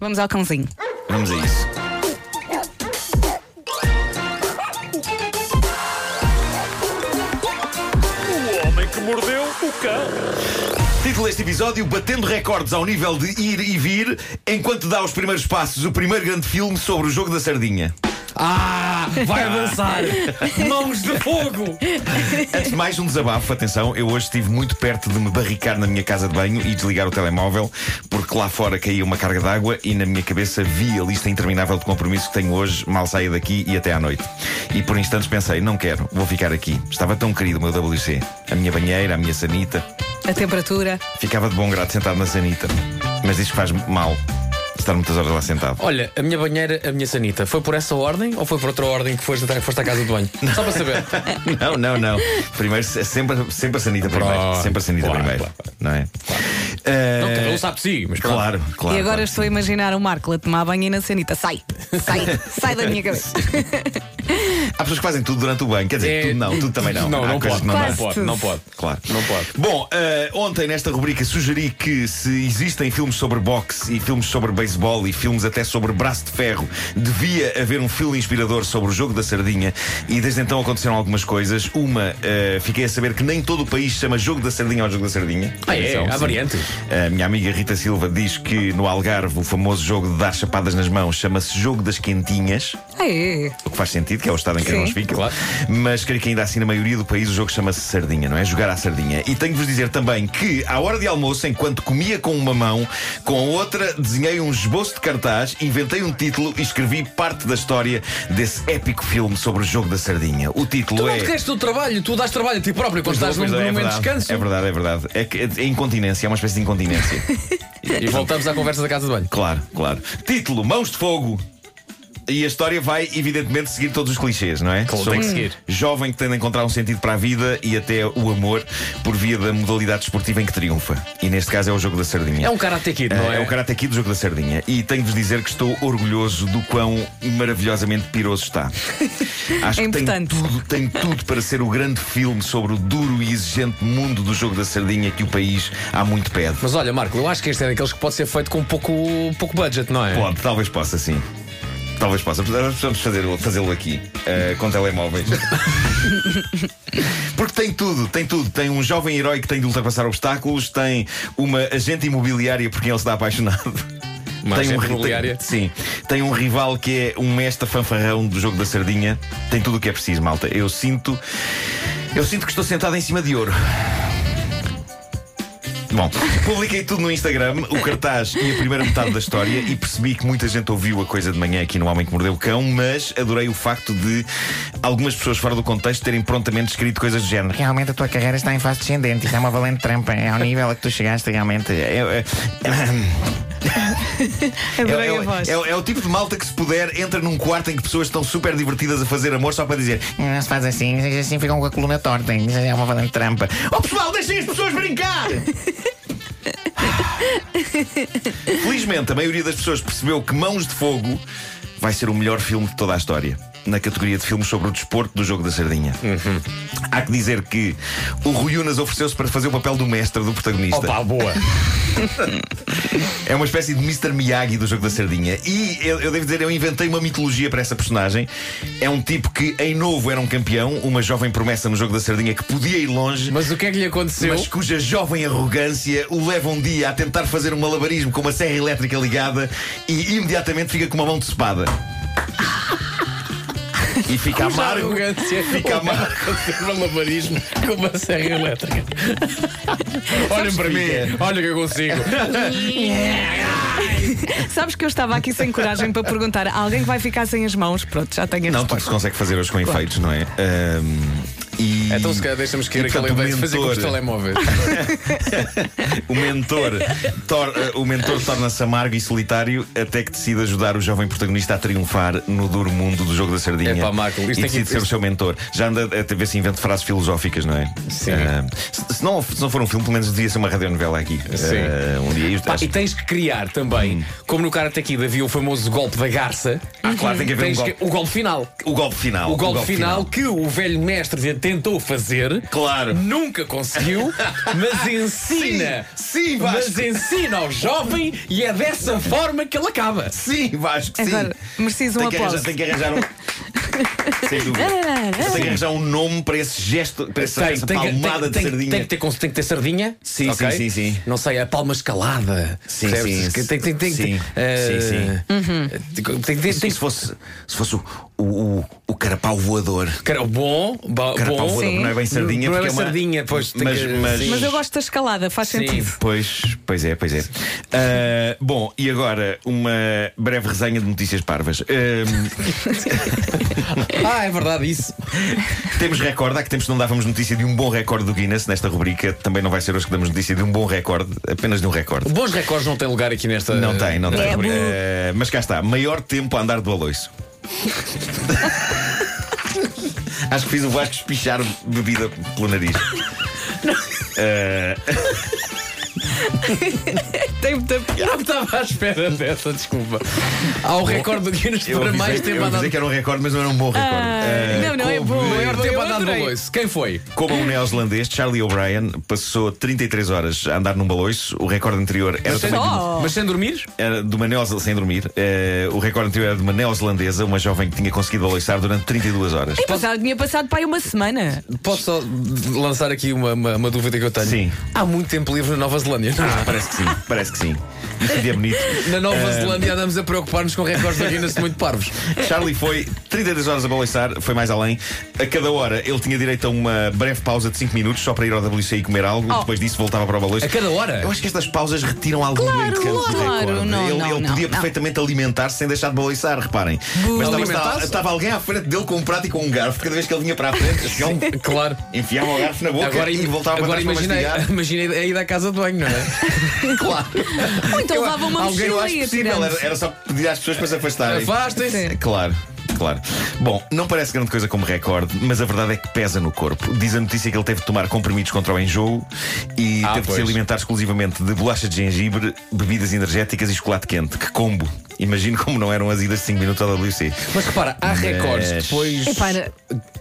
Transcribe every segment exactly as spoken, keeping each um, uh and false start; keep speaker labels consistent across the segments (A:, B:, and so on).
A: Vamos ao cãozinho.
B: Vamos a isso.
C: O homem que mordeu o cão.
B: Título deste episódio: batendo recordes ao nível de ir e vir, enquanto dá os primeiros passos, o primeiro grande filme sobre o jogo da sardinha.
D: Ah, vai avançar. Mãos de fogo.
B: Antes de mais, um desabafo, atenção, eu hoje estive muito perto de me barricar na minha casa de banho e desligar o telemóvel, porque lá fora caía uma carga d'água e na minha cabeça vi a lista interminável de compromissos que tenho hoje, mal saia daqui e até à noite. E por instantes pensei, não quero, vou ficar aqui. Estava tão querido o meu W C. A minha banheira, a minha sanita.
A: A temperatura.
B: Ficava de bom grado sentado na sanita. Mas diz que faz mal estar muitas horas lá sentado.
D: Olha, a minha banheira, a minha sanita, foi por essa ordem ou foi por outra ordem que foste, foste à casa de banho? Só para saber.
B: Não, não, não. Primeiro, sempre, sempre a sanita primeiro.
D: Claro,
B: Sempre a sanita
D: claro,
B: primeiro.
D: claro.
B: Não é?
D: Claro.
B: Uh,
D: Não, cada um sabe de si, mas pronto.
B: Claro, claro.
A: E agora
B: claro.
A: estou a imaginar o Marco a tomar banho e na sanita. Sai, sai, sai da minha cabeça.
B: Há pessoas que fazem tudo durante o banho. Quer dizer,
D: É...
B: tudo não, tudo também não.
D: Não,
B: Há
D: não
B: coisas
D: pode,
B: que
D: não,
B: dá.
D: não pode, não pode.
B: Claro.
D: Não pode.
B: Bom, uh, ontem nesta rubrica sugeri que se existem filmes sobre boxe e filmes sobre beisebol e filmes até sobre braço de ferro, devia haver um filme inspirador sobre o jogo da sardinha. E desde então aconteceram algumas coisas. Uma, uh, fiquei a saber que nem todo o país chama jogo da sardinha ao jogo da sardinha.
D: Ah, é?
B: Atenção,
D: Há
B: sim.
D: variantes.
B: A minha amiga Rita Silva diz que no Algarve o famoso jogo de dar chapadas nas mãos chama-se jogo das quentinhas.
A: Ah, é?
B: O que faz sentido, que é o estado em que
A: Sim.
B: eles ficam.
D: Claro.
B: Mas creio que ainda assim, na maioria do país, o jogo chama-se sardinha, não é? Jogar à sardinha. E tenho de vos dizer também que, à hora de almoço, enquanto comia com uma mão, com a outra desenhei um esboço de cartaz, inventei um título e escrevi parte da história desse épico filme sobre o jogo da sardinha. O título
D: Tu não
B: é...
D: te queres do trabalho, tu dás trabalho a ti próprio quando
B: Pois
D: estás
B: não,
D: num
B: pois não, é
D: momento de
B: verdade,
D: descanso.
B: É verdade, é verdade. É, que, é incontinência, é uma espécie de incontinência.
D: E voltamos à conversa da casa de banho.
B: Claro, claro. Título: Mãos de Fogo. E a história vai, evidentemente, seguir todos os clichês, não é?
D: Claro,
B: Sobre
D: tem que seguir.
B: jovem que tende a encontrar um sentido para a vida e até o amor por via da modalidade esportiva em que triunfa. E neste caso é o jogo da sardinha.
D: É um Karate Kid, não
B: Ah,
D: é?
B: É o Karate Kid do jogo da sardinha. E tenho de vos dizer que estou orgulhoso do quão maravilhosamente piroso está. Acho
A: É
B: que tem
A: importante.
B: tudo, tem tudo para ser o grande filme sobre o duro e exigente mundo do jogo da sardinha que o país há muito pede.
D: Mas olha, Marco, eu acho que este é daqueles que pode ser feito com pouco, pouco budget, não é?
B: Pode, talvez possa, sim. Talvez possa. Precisamos fazer- fazê-lo aqui, uh, com telemóveis. Porque tem tudo, tem tudo. Tem um jovem herói que tem de ultrapassar obstáculos, tem uma agente imobiliária por quem ele está apaixonado.
D: Uma
B: tem
D: agente
B: ri-
D: imobiliária?
B: Tem, sim. Tem um rival que é um mestre fanfarrão do jogo da sardinha. Tem tudo o que é preciso, malta. Eu sinto. Eu sinto que estou sentado em cima de ouro. Bom, publiquei tudo no Instagram, o cartaz e a primeira metade da história, e percebi que muita gente ouviu a coisa de manhã aqui no Homem que Mordeu o Cão, mas adorei o facto de algumas pessoas fora do contexto terem prontamente escrito coisas do género.
E: Realmente a tua carreira está em fase descendente. Isto é uma valente trampa. É ao nível a que tu chegaste realmente.
B: É, é,
A: Adorei
B: é,
A: a voz.
B: é, é, é o tipo de malta que, se puder, entra num quarto em que pessoas estão super divertidas a fazer amor só para dizer:
E: Não se faz assim, assim ficam com a coluna torta. Isso é uma valente trampa.
B: oh pessoal, deixem as pessoas brincar! Felizmente, a maioria das pessoas percebeu que Mãos de Fogo vai ser o melhor filme de toda a história, na categoria de filmes sobre o desporto do jogo da sardinha.
D: Uhum.
B: Há que dizer que o Rui Unas ofereceu-se para fazer o papel do mestre, do protagonista.
D: Opa, boa.
B: É uma espécie de mister Miyagi do jogo da sardinha. E eu, eu devo dizer, eu inventei uma mitologia para essa personagem. É um tipo que em novo era um campeão, uma jovem promessa no jogo da sardinha que podia ir longe,
D: Mas o que é que lhe aconteceu?
B: mas cuja jovem arrogância o leva um dia a tentar fazer um malabarismo com uma serra elétrica ligada e imediatamente fica com uma mão de espada. E fica
D: Cuja
B: amargo.
D: arrogância
B: Fica amargo.
D: fazer malabarismo com uma serra elétrica. Olhem para mim, olha o que eu consigo.
A: Sabes que eu estava aqui sem coragem para perguntar a alguém que vai ficar sem as mãos. Pronto, já tenho a
B: Não, tudo
A: resposta.
B: se consegue fazer hoje com efeitos, não é? Ahm, e...
D: Então, se calhar, deixa-me esquecer
B: E,
D: aquela
B: portanto,
D: ideia
B: o
D: de fazer com os
B: mentor-
D: telemóveis.
B: O mentor, tor- eh, o mentor torna-se amargo e solitário até que decide ajudar o jovem protagonista a triunfar no duro mundo do jogo da sardinha.
D: Epá, Marco, isto
B: e
D: tem que-
B: decide ser o seu mentor. Já anda a ver se inventa frases filosóficas, não é?
D: Sim.
B: Ah, se, se não, se não for um filme, pelo menos devia ser uma radionovela aqui.
D: Sim.
B: Ah, um dia.
D: Pá,
B: acho-
D: e tens que criar também, como no Karate Kid havia o famoso golpe da garça.
B: Ah, claro, tem que haver um
D: tens
B: golpe.
D: que- o golpe final.
B: O golpe final.
D: O golpe final, que o velho mestre devia ter tentou fazer,
B: Claro.
D: nunca conseguiu, mas ensina.
B: Sim, sim, Vasco.
D: Mas ensina ao jovem e é dessa forma que ele acaba.
B: Sim, Vasco, sim.
A: Agora, merecias um
B: tem, que arranjar,
A: aplauso.
B: tem que arranjar um. Sem dúvida. Tem que arranjar um nome para esse gesto, para essa, essa
D: tem,
B: palmada
D: tem,
B: de
D: tem,
B: sardinha.
D: tem, que ter, cons- tem que ter sardinha.
B: Sim,
D: ok?
B: sim, sim, sim.
D: Não sei, a palma escalada.
B: Sim,
D: percebes?
B: sim.
D: Tem, tem, tem,
B: Sim.
D: eh,
B: Sim, sim.
A: Uhum.
D: tem- tem- tem-
B: Se,
D: tem-
B: se fosse, se fosse o, o, o, o carapau voador.
D: Cara, bom, bo-
B: Carapau
D: bom.
B: voador,
A: Sim.
B: não é bem sardinha,
D: Não é
B: porque
D: bem
B: uma-
D: sardinha, pois tem
B: mas,
D: que-
B: mas,
D: sim.
A: Mas eu gosto da escalada, faz
D: Sim.
A: sentido.
B: Pois, pois é, pois é. Ah, bom, e agora uma breve resenha de notícias parvas. Ah,
D: Ah, é verdade, isso.
B: temos recorde, há que tempos não dávamos notícia de um bom recorde do Guinness nesta rubrica. Também não vai ser hoje que damos notícia de um bom recorde, apenas de um recorde.
D: Bons recordes não têm lugar aqui nesta.
B: Não tem, não tem.
A: É bom.
B: Ah, mas cá está, maior tempo a andar do baloiço. Acho que fiz o Vasco espichar bebida pelo nariz. Ah,
A: Tem muita
D: Eu não estava à espera dessa, desculpa. Há o recorde do Guinness
B: eu
D: para
B: avisei,
D: mais
B: eu
D: tempo
B: avisei
D: andado.
B: que era um recorde, mas não era um bom recorde.
A: Ah,
B: Ah,
A: não, não é
B: como-
A: bom.
D: O maior
A: Eu
D: tempo andado no
A: adorei.
D: baloiço. Quem foi?
B: Como um neozelandês, Charlie O'Brien, passou trinta e três horas a andar num baloiço. O recorde anterior era
D: Mas sem,
B: também de,
A: Só.
D: mas sem dormir?
B: era de uma neozelandesa, sem dormir. Eh, o recorde anterior era de uma neozelandesa, uma jovem que tinha conseguido baloiçar durante trinta e duas horas.
A: E passado, tinha passado para aí uma semana.
D: Posso só lançar aqui uma, uma, uma dúvida que eu tenho?
B: Sim.
D: Há muito tempo livre na Nova Zelândia.
B: Ah, parece que sim, parece que sim. Isto é bonito.
D: Na Nova
B: Ah,
D: Zelândia andamos a preocupar-nos com recordes da Guinness muito parvos.
B: Charlie foi trinta e três horas a baloiçar, foi mais além. A cada hora ele tinha direito a uma breve pausa de cinco minutos só para ir ao W C e comer algo.
A: Oh.
B: Depois disso voltava para o baloiço.
D: A cada hora?
B: Eu acho que estas pausas retiram algum
A: Claro,
B: do encanto do
A: claro.
B: recorde.
A: Não,
B: ele
A: não,
B: ele
A: não,
B: podia
A: não.
B: perfeitamente alimentar-se sem deixar de baloiçar, reparem. Mas estava,
D: Alimentar-se?
B: estava, estava alguém à frente dele com um prato e com um garfo. Cada vez que ele vinha para a frente, chegava,
D: Claro.
B: enfiava o garfo na boca
D: Agora,
B: e voltava
D: agora
B: para trás para
D: imaginei,
B: mastigar.
D: imaginei a ida à casa de banho, não é?
B: Claro.
A: Ou então
B: Eu-
A: levava uma
B: alguém eu
A: mochila
B: acho
A: e
B: possível.
A: atirando.
B: Era, era só pedir às pessoas para se afastarem.
D: Afastem-se.
A: Sim.
B: Claro. Claro. Bom, não parece grande coisa como recorde, mas a verdade é que pesa no corpo. Diz a notícia que ele teve de tomar comprimidos contra o enjoo e
D: Ah,
B: teve de
D: pois.
B: se alimentar exclusivamente de bolacha de gengibre, bebidas energéticas e chocolate quente. Que combo! Imagino como não eram as idas de cinco minutos ao W C.
D: Mas repara, há
B: Mas-
D: recordes que depois
A: Epá, era-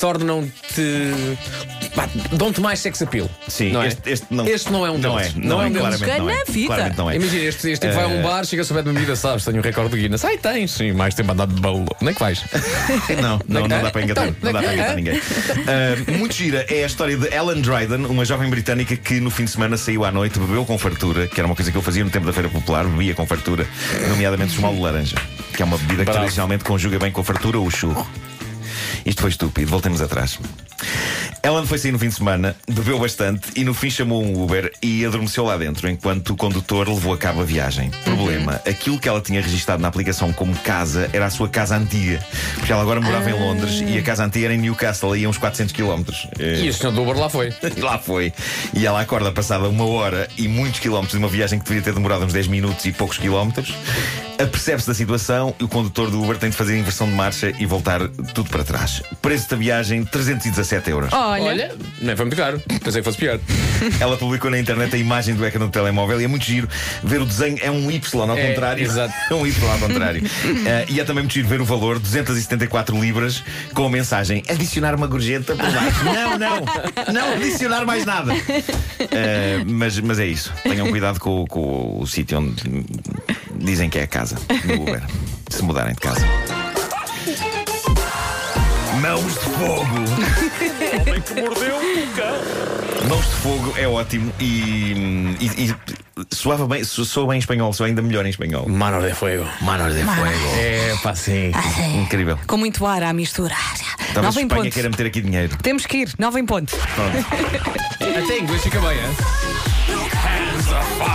D: tornam-te. pá, dão-te mais sex appeal.
B: Sim,
D: não é?
B: este, este não,
D: Este não é um
B: não é,
D: deles.
B: não,
D: Não é
B: é,
D: um deles.
B: claramente não é.
A: Nunca na vida.
B: Claramente não é.
D: Imagina, este, este tipo vai a um bar, chega a souber de bebida, sabes? Tenho um recorde do Guinness. Ai, tens, sim, mais tempo andado de bolo. Onde é que vais?
B: Não, não, não dá para engatar,
D: Então,
B: não dá para engatar ninguém. Uh, muito gira é a história de Ellen Dryden, uma jovem britânica que no fim de semana saiu à noite, bebeu com fartura, que era uma coisa que eu fazia no tempo da Feira Popular, bebia com fartura, nomeadamente esmol de laranja, que é uma bebida que
D: Bravo.
B: tradicionalmente conjuga bem com a fartura ou o churro. Isto foi estúpido, voltemos atrás. Ellen foi sair no fim de semana, bebeu bastante e no fim chamou um Uber e adormeceu lá dentro, enquanto o condutor levou a cabo a viagem. Problema, aquilo que ela tinha registado na aplicação como casa era a sua casa antiga, porque ela agora morava em Londres e a casa antiga era em Newcastle, aí a uns quatrocentos quilómetros.
D: E o senhor do Uber lá foi.
B: Lá foi. E ela acorda passada uma hora e muitos quilómetros de uma viagem que deveria ter demorado uns dez minutos e poucos quilómetros. Apercebe-se da situação e o condutor do Uber tem de fazer inversão de marcha e voltar tudo para trás. Preço da viagem, trezentos e dezassete euros.
A: Olha,
D: Olha, não foi muito caro. Pensei que fosse pior.
B: Ela publicou na internet a imagem do ecrã do telemóvel e é muito giro ver o desenho. É um Y ao
D: É,
B: contrário.
D: exato.
B: É um Y ao contrário. Eh, e é também muito giro ver o valor, duzentas e setenta e quatro libras, com a mensagem adicionar uma gorjeta por baixo. Não, não. Não adicionar mais nada. Eh, mas, mas é isso. Tenham cuidado com, com o sítio onde dizem que é a casa no Uber. Se mudarem de casa. Mãos de fogo.
C: O homem que mordeu o cão.
B: Mãos de fogo é ótimo e, e, e soava bem, so- soa bem em espanhol, soa ainda melhor em espanhol.
D: Manos de fuego.
B: Manos de fogo.
D: É, pá, sim.
B: Incrível.
A: com muito ar à mistura.
B: Talvez
A: Nove em
B: Espanha
A: ponto.
B: queira meter aqui dinheiro.
A: Temos que ir, nove em ponto.
B: Pronto.
D: Até em inglês fica bem, é?